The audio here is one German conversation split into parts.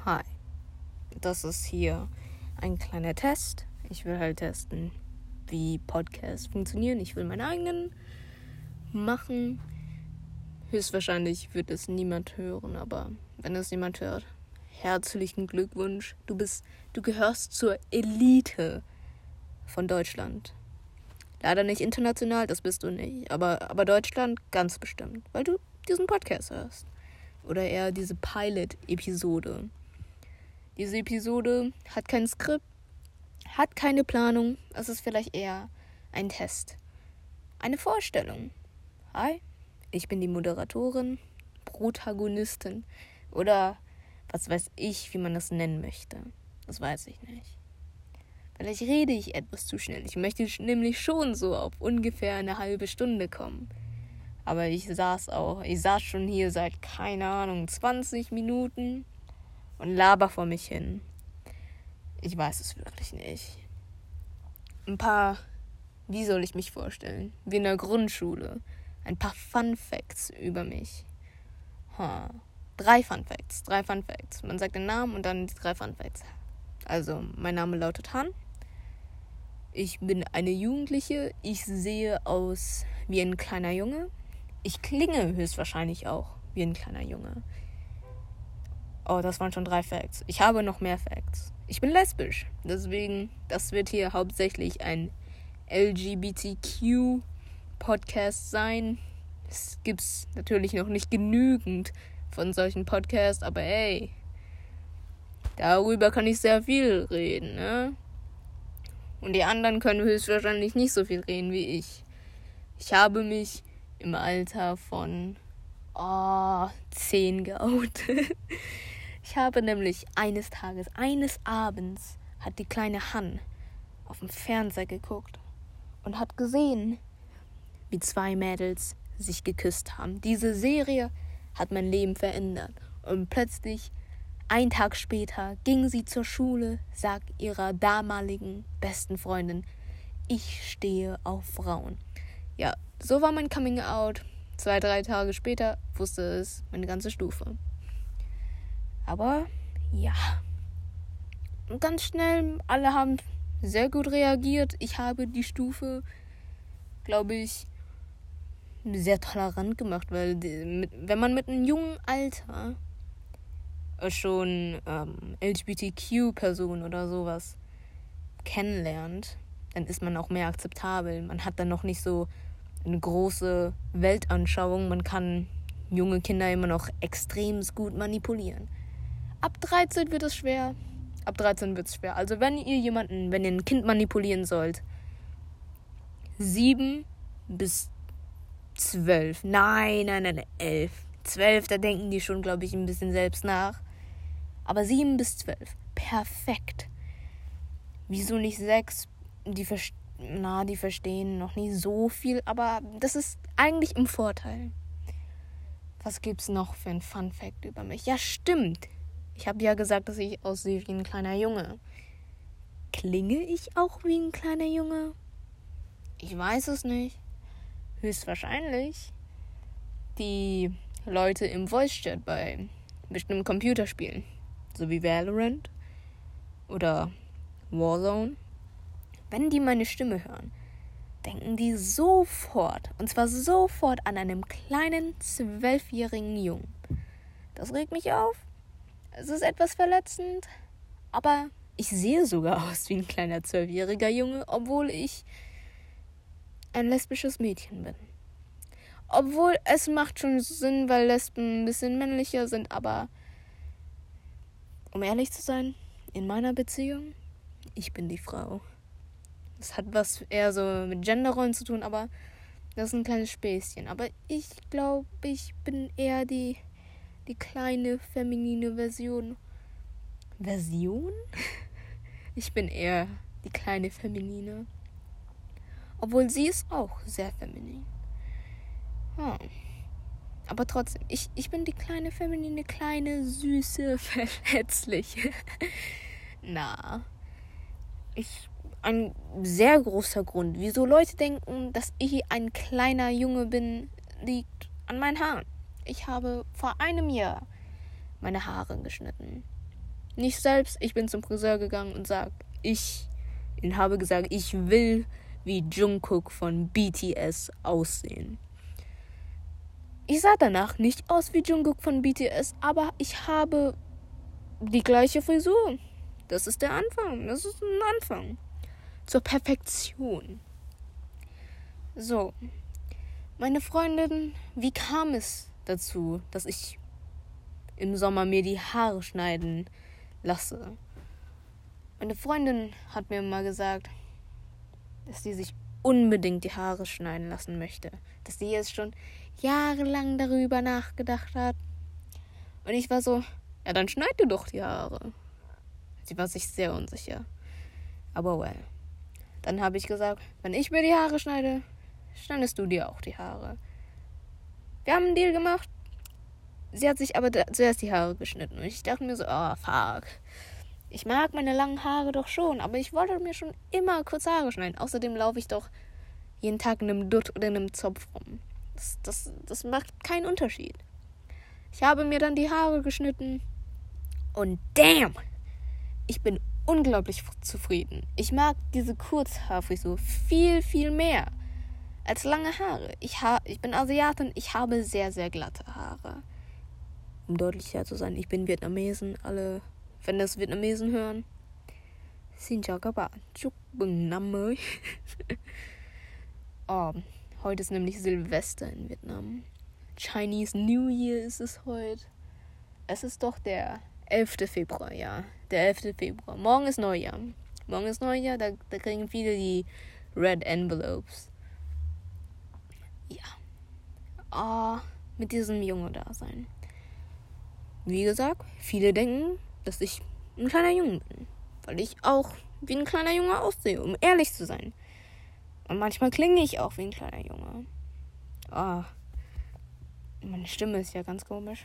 Hi, das ist hier ein kleiner Test. Ich will halt testen, wie Podcasts funktionieren. Ich will meinen eigenen machen. Höchstwahrscheinlich wird es niemand hören, aber wenn es jemand hört, herzlichen Glückwunsch. Du gehörst zur Elite von Deutschland. Leider nicht international, das bist du nicht, aber Deutschland ganz bestimmt, weil du diesen Podcast hörst. Oder eher diese Pilot-Episode. Diese Episode hat kein Skript, hat keine Planung. Es ist vielleicht eher ein Test. Eine Vorstellung. Hi, ich bin die Moderatorin, Protagonistin oder was weiß ich, wie man das nennen möchte. Das weiß ich nicht. Vielleicht rede ich etwas zu schnell. Ich möchte nämlich schon so auf ungefähr eine halbe Stunde kommen. Aber ich saß schon hier seit, keine Ahnung, 20 Minuten und laber vor mich hin. Ich weiß es wirklich nicht. Wie soll ich mich vorstellen? Wie in der Grundschule. Ein paar Fun Facts über mich. 3 Fun Facts. Man sagt den Namen und dann die 3 Fun Facts. Also, mein Name lautet Han. Ich bin eine Jugendliche. Ich sehe aus wie ein kleiner Junge. Ich klinge höchstwahrscheinlich auch wie ein kleiner Junge. Oh, das waren schon 3 Facts. Ich habe noch mehr Facts. Ich bin lesbisch. Deswegen, das wird hier hauptsächlich ein LGBTQ-Podcast sein. Es gibt natürlich noch nicht genügend von solchen Podcasts, aber ey, darüber kann ich sehr viel reden, ne? Und die anderen können höchstwahrscheinlich nicht so viel reden wie ich. Ich habe mich im Alter von 10 geoutet. Ich habe nämlich eines Abends, hat die kleine Han auf dem Fernseher geguckt und hat gesehen, wie 2 Mädels sich geküsst haben. Diese Serie hat mein Leben verändert. Und plötzlich, einen Tag später, ging sie zur Schule, sagt ihrer damaligen besten Freundin, ich stehe auf Frauen. Ja, so war mein Coming Out. 2-3 Tage später wusste es meine ganze Stufe. Aber ja, und ganz schnell, alle haben sehr gut reagiert. Ich habe die Stufe, glaube ich, sehr tolerant gemacht, weil wenn man mit einem jungen Alter schon LGBTQ-Personen oder sowas kennenlernt, dann ist man auch mehr akzeptabel. Man hat dann noch nicht so eine große Weltanschauung. Man kann junge Kinder immer noch extrem gut manipulieren. Ab 13 wird es schwer. Also wenn ihr ein Kind manipulieren sollt, 7 bis 12. Nein, 11. 12, da denken die schon, glaube ich, ein bisschen selbst nach. Aber 7 bis 12. Perfekt. Wieso nicht 6? Die verstehen noch nicht so viel, aber das ist eigentlich im Vorteil. Was gibt's noch für ein Fun Fact über mich? Ja, stimmt. Ich habe ja gesagt, dass ich aussehe wie ein kleiner Junge. Klinge ich auch wie ein kleiner Junge? Ich weiß es nicht. Höchstwahrscheinlich. Die Leute im Voice-Chat bei bestimmten Computerspielen, so wie Valorant oder Warzone, wenn die meine Stimme hören, denken die sofort, und zwar sofort an einen kleinen 12-jährigen Jungen. Das regt mich auf. Es ist etwas verletzend, aber ich sehe sogar aus wie ein kleiner 12-jähriger Junge, obwohl ich ein lesbisches Mädchen bin. Obwohl, es macht schon Sinn, weil Lesben ein bisschen männlicher sind, aber um ehrlich zu sein, in meiner Beziehung, ich bin die Frau. Das hat was eher so mit Genderrollen zu tun, aber das ist ein kleines Späßchen. Aber ich glaube, ich bin eher die kleine feminine Version. Version? Ich bin eher die kleine feminine. Obwohl sie ist auch sehr feminin. Aber trotzdem, ich bin die kleine feminine, kleine, süße, verletzliche. Ein sehr großer Grund, wieso Leute denken, dass ich ein kleiner Junge bin, liegt an meinen Haaren. Ich habe vor einem Jahr meine Haare geschnitten. Nicht selbst, ich bin zum Friseur gegangen und habe gesagt, ich will wie Jungkook von BTS aussehen. Ich sah danach nicht aus wie Jungkook von BTS, aber ich habe die gleiche Frisur. Das ist der Anfang. Das ist ein Anfang. Zur Perfektion. So. Meine Freundin, wie kam es dazu, dass ich im Sommer mir die Haare schneiden lasse? Meine Freundin hat mir mal gesagt, dass sie sich unbedingt die Haare schneiden lassen möchte. Dass sie jetzt schon jahrelang darüber nachgedacht hat. Und ich war so, ja, dann schneid du doch die Haare. Sie war sich sehr unsicher. Aber well. Dann habe ich gesagt, wenn ich mir die Haare schneide, schneidest du dir auch die Haare. Wir haben einen Deal gemacht. Sie hat sich aber zuerst die Haare geschnitten. Und ich dachte mir so, oh, fuck. Ich mag meine langen Haare doch schon, aber ich wollte mir schon immer kurze Haare schneiden. Außerdem laufe ich doch jeden Tag in einem Dutt oder in einem Zopf rum. Das macht keinen Unterschied. Ich habe mir dann die Haare geschnitten und damn, ich bin unglaublich zufrieden. Ich mag diese Kurzhaarfrisur viel, viel mehr als lange Haare. Ich bin Asiatin, ich habe sehr, sehr glatte Haare. Um deutlicher zu sein, ich bin Vietnamesen. Alle, wenn das Vietnamesen hören, xin chào các bạn, chúc mừng năm mới. Heute ist nämlich Silvester in Vietnam. Chinese New Year ist es heute. Es ist doch der 11. Februar, ja. Der 11. Februar. Morgen ist Neujahr. Da kriegen viele die Red Envelopes. Ja. Mit diesem Junge da sein. Wie gesagt, viele denken, dass ich ein kleiner Junge bin. Weil ich auch wie ein kleiner Junge aussehe, um ehrlich zu sein. Und manchmal klinge ich auch wie ein kleiner Junge. Meine Stimme ist ja ganz komisch.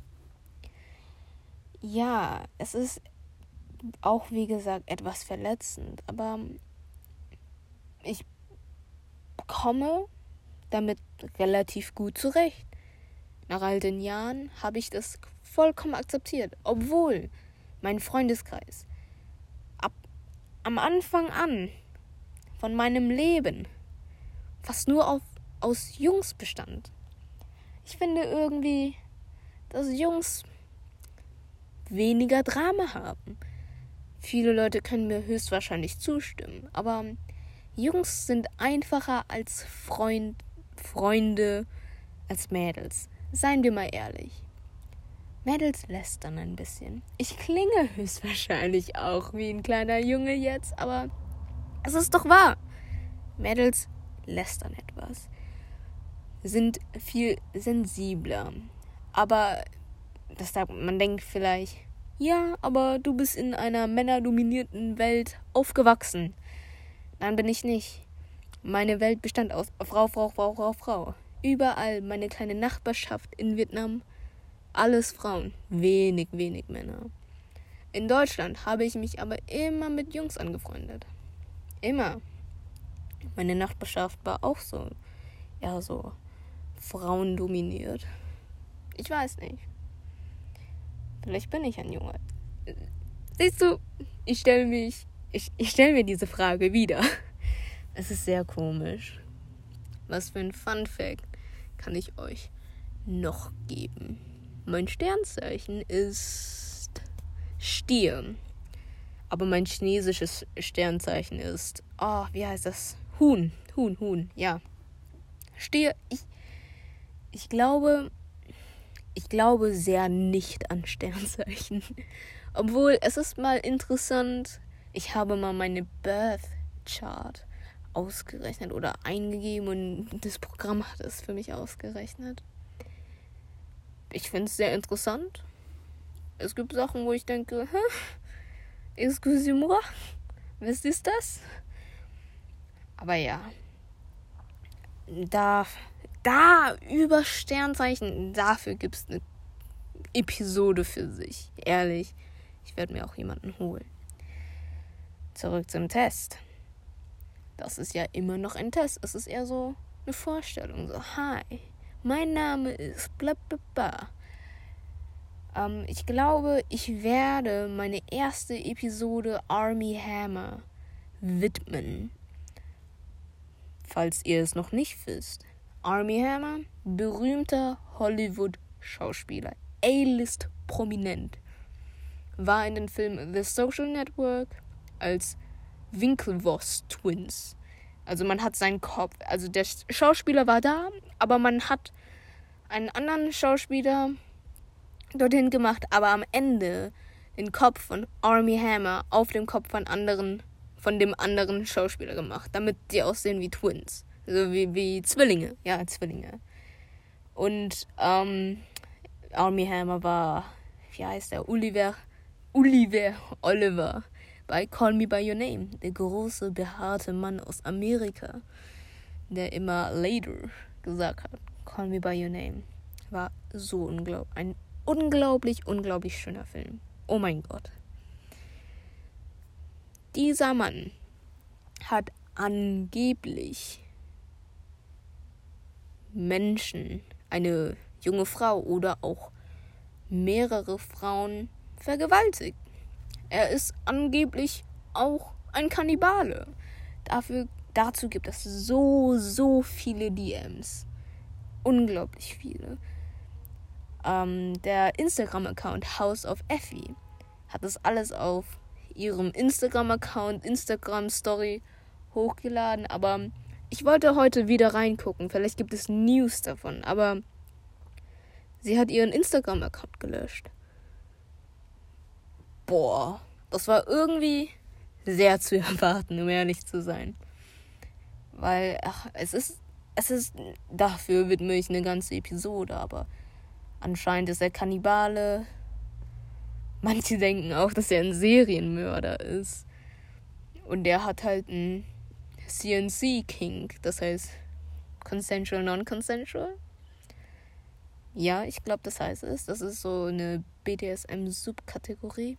Ja, es ist auch, wie gesagt, etwas verletzend. Aber ich komme damit relativ gut zurecht. Nach all den Jahren habe ich das vollkommen akzeptiert. Obwohl mein Freundeskreis am Anfang an von meinem Leben fast nur aus Jungs bestand. Ich finde irgendwie, dass Jungs weniger Drama haben. Viele Leute können mir höchstwahrscheinlich zustimmen, aber Jungs sind einfacher als Freunde, als Mädels. Seien wir mal ehrlich. Mädels lästern ein bisschen. Ich klinge höchstwahrscheinlich auch wie ein kleiner Junge jetzt, aber es ist doch wahr. Mädels lästern etwas. Sind viel sensibler. Aber man denkt vielleicht, ja, aber du bist in einer männerdominierten Welt aufgewachsen. Nein, bin ich nicht. Meine Welt bestand aus Frau. Überall meine kleine Nachbarschaft in Vietnam, alles Frauen, wenig Männer. In Deutschland habe ich mich aber immer mit Jungs angefreundet. Immer. Meine Nachbarschaft war auch so frauendominiert. Ich weiß nicht. Vielleicht bin ich ein Junge. Siehst du, ich stelle mir diese Frage wieder. Es ist sehr komisch. Was für ein Fun-Fact kann ich euch noch geben? Mein Sternzeichen ist Stier. Aber mein chinesisches Sternzeichen ist, wie heißt das? Huhn, ja. Stier, ich glaube sehr nicht an Sternzeichen. Obwohl, es ist mal interessant, ich habe mal meine Birth Chart ausgerechnet oder eingegeben und das Programm hat es für mich ausgerechnet. Ich finde es sehr interessant. Es gibt Sachen, wo ich denke, excusez-moi, was ist das? Aber ja, da über Sternzeichen, dafür gibt es eine Episode für sich. Ehrlich, ich werde mir auch jemanden holen. Zurück zum Test. Das ist ja immer noch ein Test. Es ist eher so eine Vorstellung. So, hi, mein Name ist bla bla bla. Ich glaube, ich werde meine erste Episode Armie Hammer widmen. Falls ihr es noch nicht wisst. Armie Hammer, berühmter Hollywood-Schauspieler, A-List prominent, war in den Film The Social Network als Winklevoss Twins. Also man hat seinen Kopf, also der Schauspieler war da, aber man hat einen anderen Schauspieler dorthin gemacht, aber am Ende den Kopf von Armie Hammer auf dem Kopf von dem anderen Schauspieler gemacht, damit die aussehen wie Twins. Also wie Zwillinge. Ja, Zwillinge. Und Armie Hammer war, wie heißt der? Oliver Oliver bei Call Me By Your Name. Der große, behaarte Mann aus Amerika, der immer later gesagt hat. Call Me By Your Name. War so ein unglaublich schöner Film. Oh mein Gott. Dieser Mann hat angeblich Menschen, eine junge Frau oder auch mehrere Frauen vergewaltigt. Er ist angeblich auch ein Kannibale. Dazu gibt es so viele DMs. Unglaublich viele. Der Instagram-Account House of Effie hat das alles auf ihrem Instagram-Account, Instagram-Story hochgeladen. Aber ich wollte heute wieder reingucken. Vielleicht gibt es News davon. Aber sie hat ihren Instagram-Account gelöscht. Boah, das war irgendwie sehr zu erwarten, um ehrlich zu sein. Weil, dafür widme ich eine ganze Episode, aber anscheinend ist er Kannibale. Manche denken auch, dass er ein Serienmörder ist. Und er hat halt einen CNC-Kink, das heißt Consensual, Non-Consensual. Ja, ich glaube, das heißt es. Das ist so eine BDSM-Subkategorie.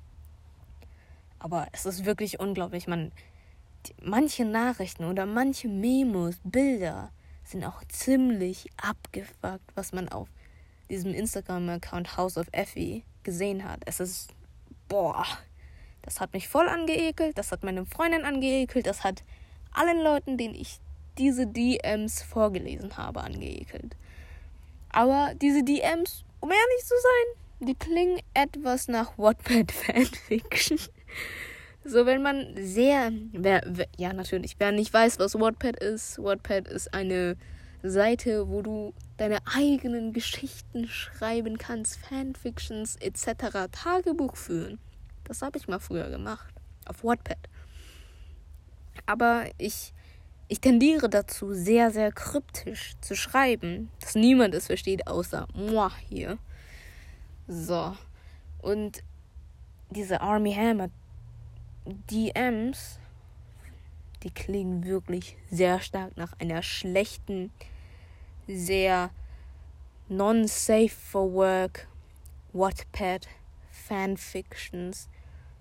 Aber es ist wirklich unglaublich. Manche Nachrichten oder manche Memos, Bilder sind auch ziemlich abgefuckt, was man auf diesem Instagram-Account House of Effie gesehen hat. Es ist, das hat mich voll angeekelt, das hat meine Freundin angeekelt, das hat allen Leuten, denen ich diese DMs vorgelesen habe, angeekelt. Aber diese DMs, um ehrlich zu sein, die klingen etwas nach Wattpad-Fanfiction. So, wenn man natürlich, wer nicht weiß, was Wattpad ist eine Seite, wo du deine eigenen Geschichten schreiben kannst, Fanfictions etc., Tagebuch führen. Das habe ich mal früher gemacht, auf Wattpad. Aber ich tendiere dazu, sehr, sehr kryptisch zu schreiben, dass niemand es versteht, außer moi hier. So, und diese Armie Hammer DMs, die klingen wirklich sehr stark nach einer schlechten, sehr non-safe for work Wattpad Fanfictions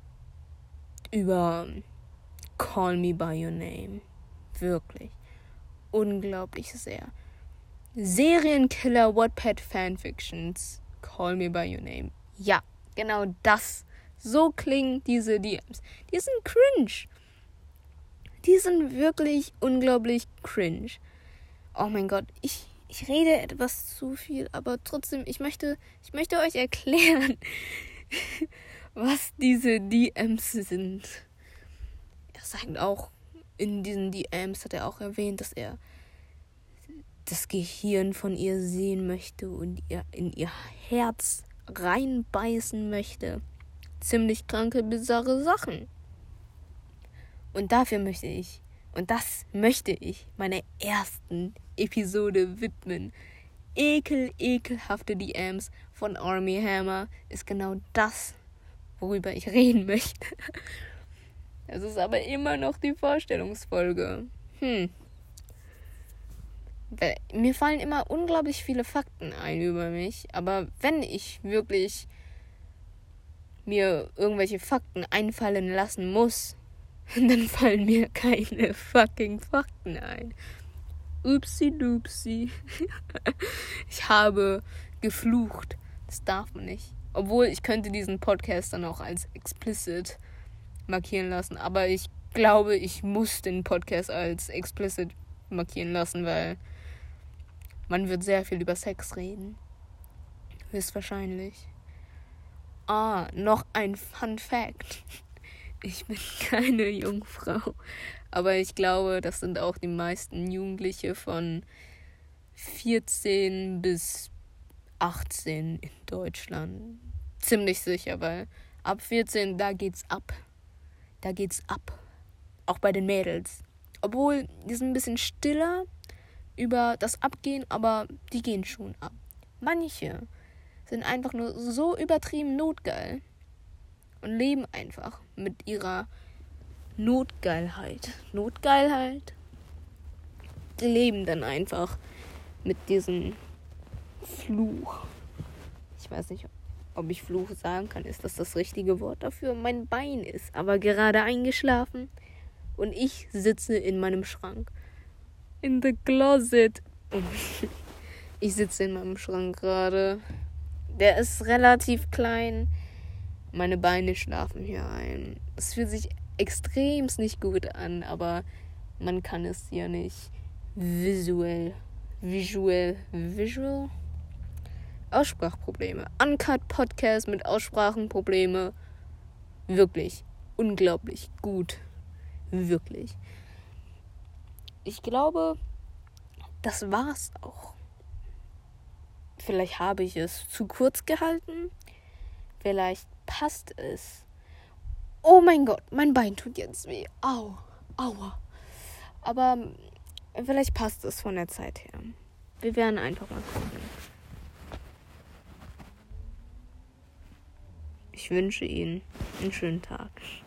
über Call Me By Your Name. Wirklich. Unglaublich sehr. Serienkiller Wattpad Fanfictions. Call Me By Your Name. Ja, genau das. So klingen diese DMs. Die sind cringe. Die sind wirklich unglaublich cringe. Oh mein Gott, ich rede etwas zu viel, aber trotzdem, ich möchte euch erklären, was diese DMs sind. Er sagt auch, in diesen DMs hat er auch erwähnt, dass er das Gehirn von ihr sehen möchte und ihr in ihr Herz reinbeißen möchte. Ziemlich kranke, bizarre Sachen. Und das möchte ich meiner ersten Episode widmen. Ekelhafte DMs von Armie Hammer ist genau das, worüber ich reden möchte. Es ist aber immer noch die Vorstellungsfolge. Mir fallen immer unglaublich viele Fakten ein über mich, aber wenn ich wirklich mir irgendwelche Fakten einfallen lassen muss, dann fallen mir keine fucking Fakten ein. Upsi-dupsi. Ich habe geflucht. Das darf man nicht. Obwohl, ich könnte diesen Podcast dann auch als explicit markieren lassen. Aber ich glaube, ich muss den Podcast als explicit markieren lassen, weil man wird sehr viel über Sex reden. Höchstwahrscheinlich. Noch ein Fun Fact. Ich bin keine Jungfrau. Aber ich glaube, das sind auch die meisten Jugendliche von 14 bis 18 in Deutschland. Ziemlich sicher, weil ab 14, da geht's ab. Da geht's ab. Auch bei den Mädels. Obwohl, die sind ein bisschen stiller über das Abgehen, aber die gehen schon ab. Manche sind einfach nur so übertrieben notgeil und leben einfach mit ihrer Notgeilheit. Notgeilheit? Die leben dann einfach mit diesem Fluch. Ich weiß nicht, ob ich Fluch sagen kann. Ist das richtige Wort dafür? Mein Bein ist aber gerade eingeschlafen und ich sitze in meinem Schrank. In the closet. Ich sitze in meinem Schrank gerade. Der ist relativ klein. Meine Beine schlafen hier ein. Es fühlt sich extremst nicht gut an, aber man kann es ja nicht visuell. Aussprachprobleme. Uncut Podcast mit Aussprachenprobleme. Wirklich. Unglaublich gut. Wirklich. Ich glaube, das war's auch. Vielleicht habe ich es zu kurz gehalten. Vielleicht passt es. Oh mein Gott, mein Bein tut jetzt weh. Aua. Aber vielleicht passt es von der Zeit her. Wir werden einfach mal gucken. Ich wünsche Ihnen einen schönen Tag.